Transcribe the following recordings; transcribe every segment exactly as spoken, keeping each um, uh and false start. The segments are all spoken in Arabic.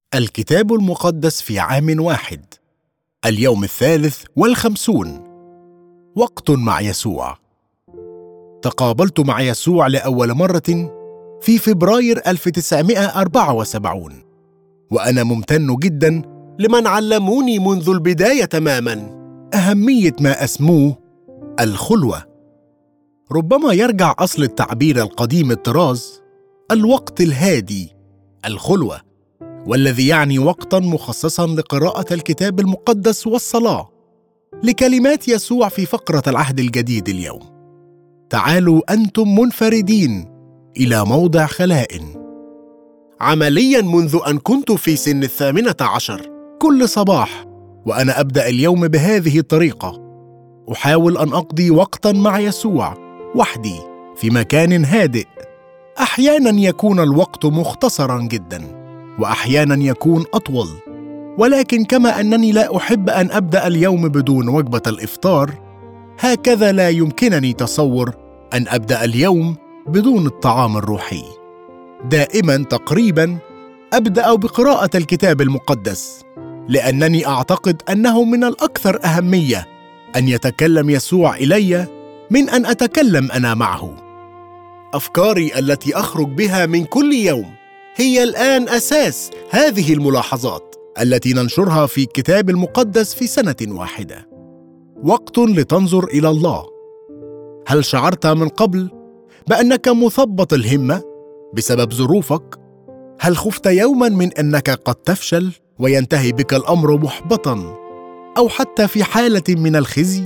الكتاب المقدس في عام واحد. اليوم الثالث والخمسون. وقت مع يسوع. تقابلت مع يسوع لأول مرة في فبراير ألف وتسعمائة وأربعة وسبعين، وأنا ممتن جدا لمن علموني منذ البداية تماما أهمية ما أسموه الخلوة. ربما يرجع أصل التعبير القديم الطراز الوقت الهادي، الخلوة، والذي يعني وقتاً مخصصاً لقراءة الكتاب المقدس والصلاة، لكلمات يسوع في فقرة العهد الجديد اليوم: تعالوا أنتم منفردين إلى موضع خلاء. عملياً منذ أن كنت في سن الثامنة عشر، كل صباح وأنا أبدأ اليوم بهذه الطريقة، أحاول أن أقضي وقتاً مع يسوع وحدي في مكان هادئ. أحياناً يكون الوقت مختصراً جداً، وأحياناً يكون أطول، ولكن كما أنني لا أحب أن أبدأ اليوم بدون وجبة الإفطار، هكذا لا يمكنني تصور أن أبدأ اليوم بدون الطعام الروحي. دائماً تقريباً أبدأ بقراءة الكتاب المقدس، لأنني أعتقد أنه من الأكثر أهمية أن يتكلم يسوع إلي من أن أتكلم أنا معه. أفكاري التي أخرج بها من كل يوم هي الآن أساس هذه الملاحظات التي ننشرها في الكتاب المقدس في سنة واحدة. وقت لتنظر إلى الله. هل شعرت من قبل بأنك مثبط الهمة بسبب ظروفك؟ هل خفت يوماً من أنك قد تفشل وينتهي بك الأمر محبطاً، أو حتى في حالة من الخزي؟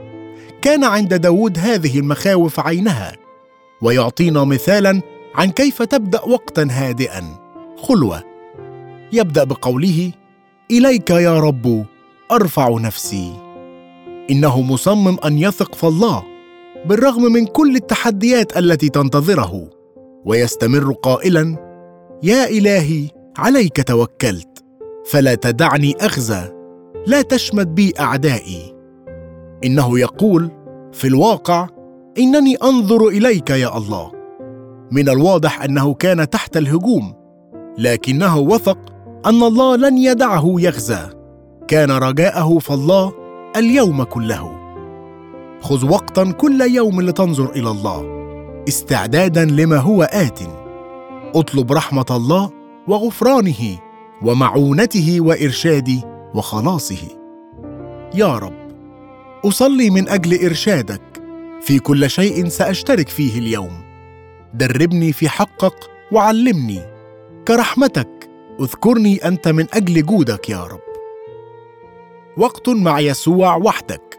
كان عند داود هذه المخاوف عينها، ويعطينا مثالاً عن كيف تبدأ وقتاً هادئاً، خلوة. يبدأ بقوله: إليك يا رب أرفع نفسي. إنه مصمم أن يثق في الله بالرغم من كل التحديات التي تنتظره، ويستمر قائلاً: يا إلهي عليك توكلت، فلا تدعني أخزى، لا تشمت بي أعدائي. إنه يقول في الواقع: إنني أنظر إليك يا الله. من الواضح أنه كان تحت الهجوم، لكنه وثق أن الله لن يدعه يخزى. كان رجاءه في الله اليوم كله. خذ وقتاً كل يوم لتنظر إلى الله، استعداداً لما هو آت. اطلب رحمة الله وغفرانه ومعونته وإرشاده وخلاصه. يا رب، أصلي من أجل إرشادك في كل شيء سأشترك فيه اليوم. دربني في حقك وعلمني، كرحمتك اذكرني أنت من أجل جودك يا رب. وقت مع يسوع وحدك.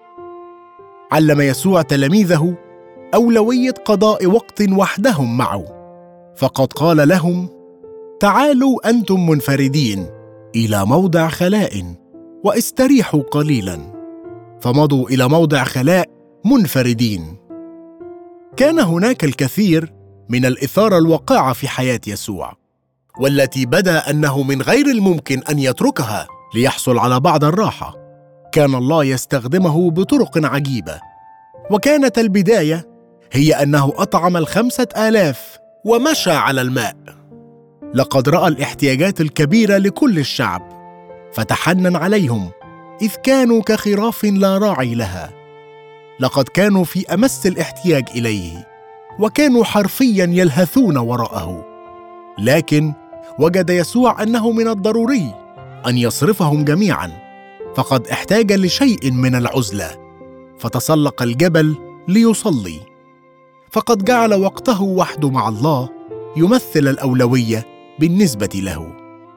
علم يسوع تلاميذه أولوية قضاء وقت وحدهم معه، فقد قال لهم: تعالوا أنتم منفردين إلى موضع خلاء واستريحوا قليلاً. فمضوا إلى موضع خلاء منفردين. كان هناك الكثير من الإثارة الواقعة في حياة يسوع، والتي بدا أنه من غير الممكن أن يتركها ليحصل على بعض الراحة. كان الله يستخدمه بطرق عجيبة، وكانت البداية هي أنه أطعم الخمسة آلاف ومشى على الماء. لقد رأى الاحتياجات الكبيرة لكل الشعب، فتحنن عليهم إذ كانوا كخراف لا راعي لها. لقد كانوا في أمس الاحتياج إليه، وكانوا حرفياً يلهثون وراءه. لكن وجد يسوع أنه من الضروري أن يصرفهم جميعاً، فقد احتاج لشيء من العزلة، فتسلق الجبل ليصلي. فقد جعل وقته وحده مع الله يمثل الأولوية بالنسبة له.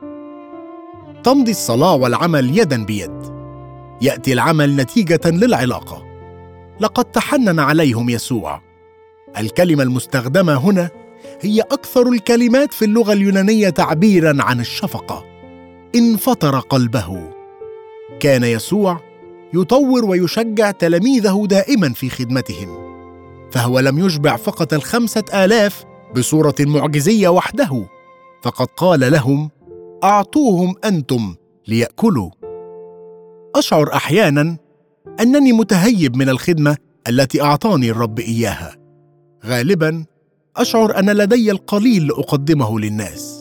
تمضي الصلاة والعمل يداً بيد. يأتي العمل نتيجة للعلاقة. لقد تحنن عليهم يسوع. الكلمة المستخدمة هنا هي أكثر الكلمات في اللغة اليونانية تعبيراً عن الشفقة. انفطر قلبه. كان يسوع يطور ويشجع تلاميذه دائماً في خدمتهم، فهو لم يشبع فقط الخمسة آلاف بصورة معجزية وحده، فقد قال لهم: أعطوهم أنتم ليأكلوا. أشعر أحياناً أنني متهيب من الخدمة التي أعطاني الرب إياها. غالباً أشعر أن لدي القليل لأقدمه للناس،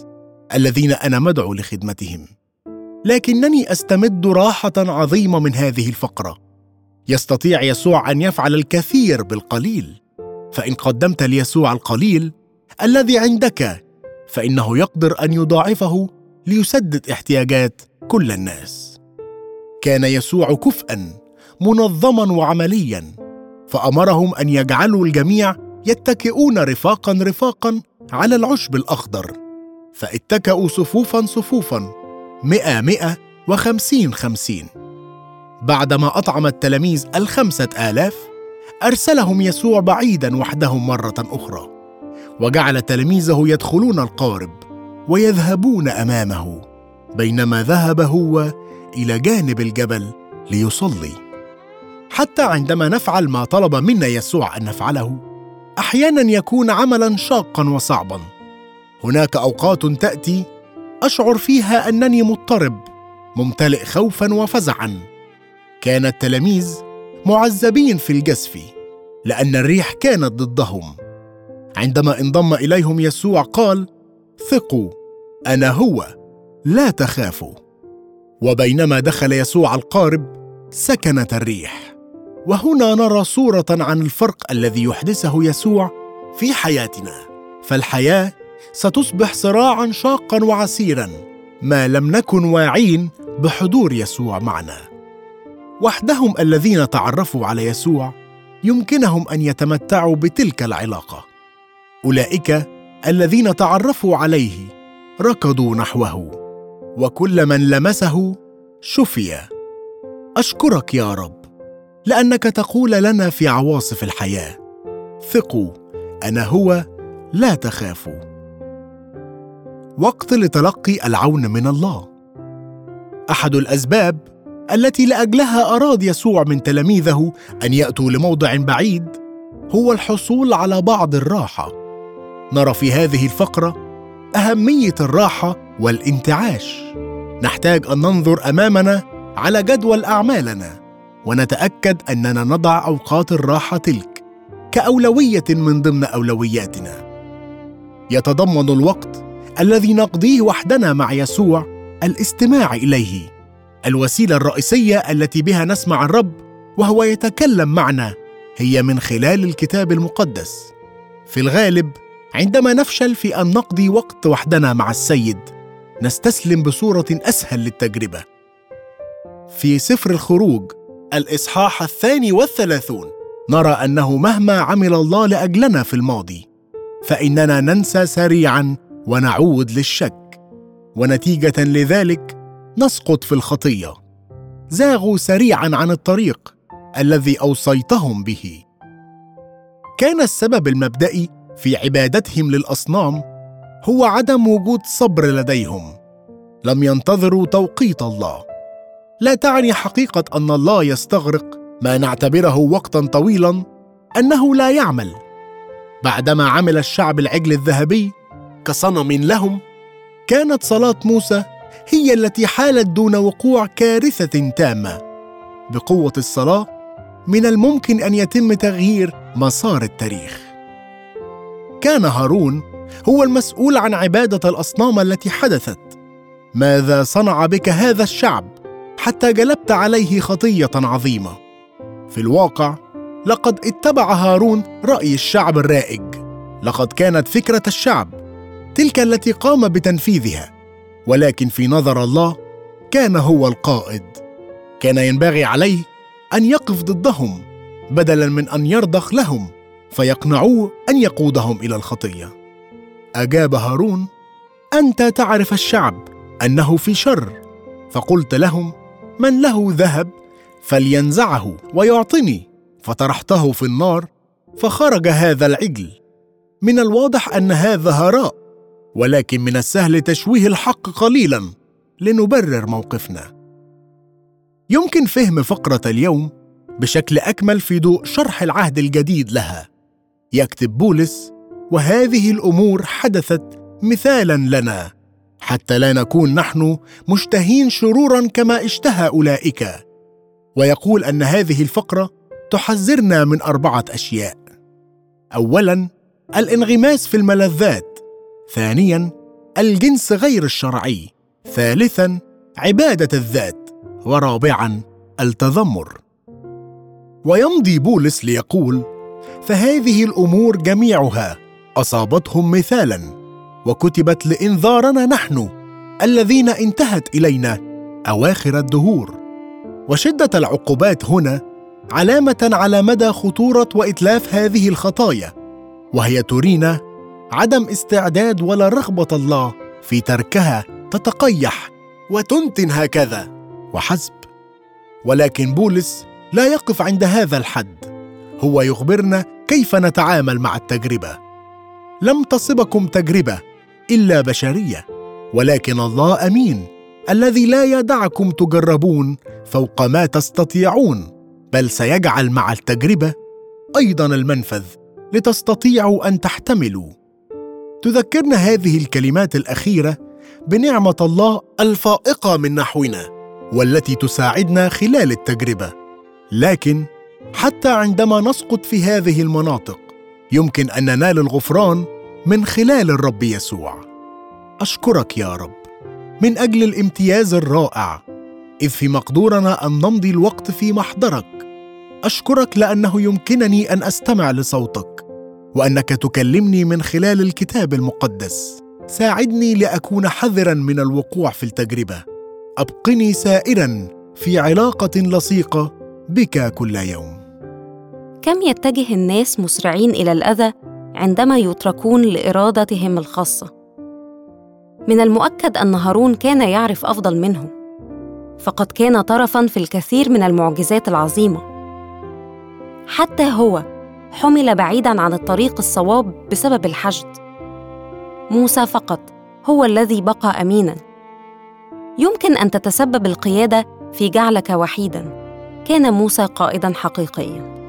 الذين أنا مدعو لخدمتهم. لكنني أستمد راحة عظيمة من هذه الفقرة. يستطيع يسوع أن يفعل الكثير بالقليل، فإن قدمت ليسوع القليل الذي عندك فإنه يقدر أن يضاعفه ليسدد احتياجات كل الناس. كان يسوع كفءاً منظماً وعملياً، فأمرهم أن يجعلوا الجميع يتكئون رفاقاً رفاقاً على العشب الأخضر، فاتكأوا صفوفاً صفوفاً، مئة مئة وخمسين خمسين. بعدما أطعم التلاميذ الخمسة آلاف أرسلهم يسوع بعيداً وحدهم مرة أخرى، وجعل تلاميذه يدخلون القارب ويذهبون أمامه، بينما ذهب هو إلى جانب الجبل ليصلي. حتى عندما نفعل ما طلب منا يسوع أن نفعله، أحياناً يكون عملاً شاقاً وصعباً. هناك أوقات تأتي أشعر فيها أنني مضطرب، ممتلئ خوفاً وفزعاً. كان التلاميذ معذبين في الجسف لأن الريح كانت ضدهم. عندما انضم إليهم يسوع قال: ثقوا، أنا هو، لا تخافوا. وبينما دخل يسوع القارب سكنت الريح. وهنا نرى صورة عن الفرق الذي يحدثه يسوع في حياتنا. فالحياة ستصبح صراعاً شاقاً وعسيراً ما لم نكن واعين بحضور يسوع معنا. وحدهم الذين تعرفوا على يسوع يمكنهم أن يتمتعوا بتلك العلاقة. أولئك الذين تعرفوا عليه ركضوا نحوه، وكل من لمسه شفي. أشكرك يا رب لأنك تقول لنا في عواصف الحياة: ثقوا، أنا هو، لا تخافوا. وقت لتلقي العون من الله. أحد الأسباب التي لأجلها أراد يسوع من تلاميذه أن يأتوا لموضع بعيد هو الحصول على بعض الراحة. نرى في هذه الفقرة أهمية الراحة والانتعاش. نحتاج أن ننظر أمامنا على جدول أعمالنا ونتأكد أننا نضع أوقات الراحة تلك كأولوية من ضمن أولوياتنا. يتضمن الوقت الذي نقضيه وحدنا مع يسوع الاستماع إليه، الوسيلة الرئيسية التي بها نسمع الرب وهو يتكلم معنا هي من خلال الكتاب المقدس. في الغالب عندما نفشل في أن نقضي وقت وحدنا مع السيد نستسلم بصورة أسهل للتجربة. في سفر الخروج الإصحاح الثاني والثلاثون نرى أنه مهما عمل الله لأجلنا في الماضي فإننا ننسى سريعاً ونعود للشك، ونتيجة لذلك نسقط في الخطية. زاغوا سريعاً عن الطريق الذي أوصيتهم به. كان السبب المبدئي في عبادتهم للأصنام هو عدم وجود صبر لديهم. لم ينتظروا توقيت الله. لا تعني حقيقة أن الله يستغرق ما نعتبره وقتاً طويلاً أنه لا يعمل. بعدما عمل الشعب العجل الذهبي كصنم لهم، كانت صلاة موسى هي التي حالت دون وقوع كارثة تامة. بقوة الصلاة من الممكن أن يتم تغيير مسار التاريخ. كان هارون هو المسؤول عن عبادة الأصنام التي حدثت. ماذا صنع بك هذا الشعب حتى جلبت عليه خطية عظيمة؟ في الواقع لقد اتبع هارون رأي الشعب الرائج. لقد كانت فكرة الشعب تلك التي قام بتنفيذها، ولكن في نظر الله كان هو القائد. كان ينبغي عليه أن يقف ضدهم بدلاً من أن يرضخ لهم فيقنعوه أن يقودهم إلى الخطية. أجاب هارون: أنت تعرف الشعب أنه في شر، فقلت لهم: من له ذهب فلينزعه ويعطني، فطرحته في النار فخرج هذا العجل. من الواضح أن هذا هراء، ولكن من السهل تشويه الحق قليلاً لنبرر موقفنا. يمكن فهم فقرة اليوم بشكل أكمل في ضوء شرح العهد الجديد لها. يكتب بولس: وهذه الأمور حدثت مثالاً لنا حتى لا نكون نحن مشتهين شروراً كما اشتهى أولئك. ويقول أن هذه الفقرة تحذرنا من أربعة أشياء. أولاً، الانغماس في الملذات. ثانياً، الجنس غير الشرعي، ثالثاً عبادة الذات، ورابعاً التذمر. ويمضي بولس ليقول: فهذه الأمور جميعها أصابتهم مثالاً وكتبت لإنذارنا نحن الذين انتهت إلينا أواخر الدهور. وشدة العقوبات هنا علامة على مدى خطورة وإتلاف هذه الخطايا، وهي ترينا عدم استعداد ولا رغبة الله في تركها تتقيح وتنتن هكذا وحسب. ولكن بولس لا يقف عند هذا الحد، هو يخبرنا كيف نتعامل مع التجربة. لم تصبكم تجربة إلا بشرية، ولكن الله أمين الذي لا يدعكم تجربون فوق ما تستطيعون، بل سيجعل مع التجربة أيضاً المنفذ لتستطيعوا أن تحتملوا. تذكرنا هذه الكلمات الأخيرة بنعمة الله الفائقة من نحونا والتي تساعدنا خلال التجربة. لكن حتى عندما نسقط في هذه المناطق يمكن أن ننال الغفران من خلال الرب يسوع. أشكرك يا رب من أجل الامتياز الرائع، إذ في مقدورنا أن نمضي الوقت في محضرك. أشكرك لأنه يمكنني أن أستمع لصوتك، وأنك تكلمني من خلال الكتاب المقدس. ساعدني لأكون حذراً من الوقوع في التجربة. أبقني سائراً في علاقة لصيقة بك كل يوم. كم يتجه الناس مسرعين إلى الأذى عندما يتركون لإرادتهم الخاصة؟ من المؤكد أن هارون كان يعرف أفضل منهم، فقد كان طرفاً في الكثير من المعجزات العظيمة. حتى هو حمل بعيداً عن الطريق الصواب بسبب الحشد. موسى فقط هو الذي بقى أميناً. يمكن أن تتسبب القيادة في جعلك وحيداً. كان موسى قائداً حقيقياً.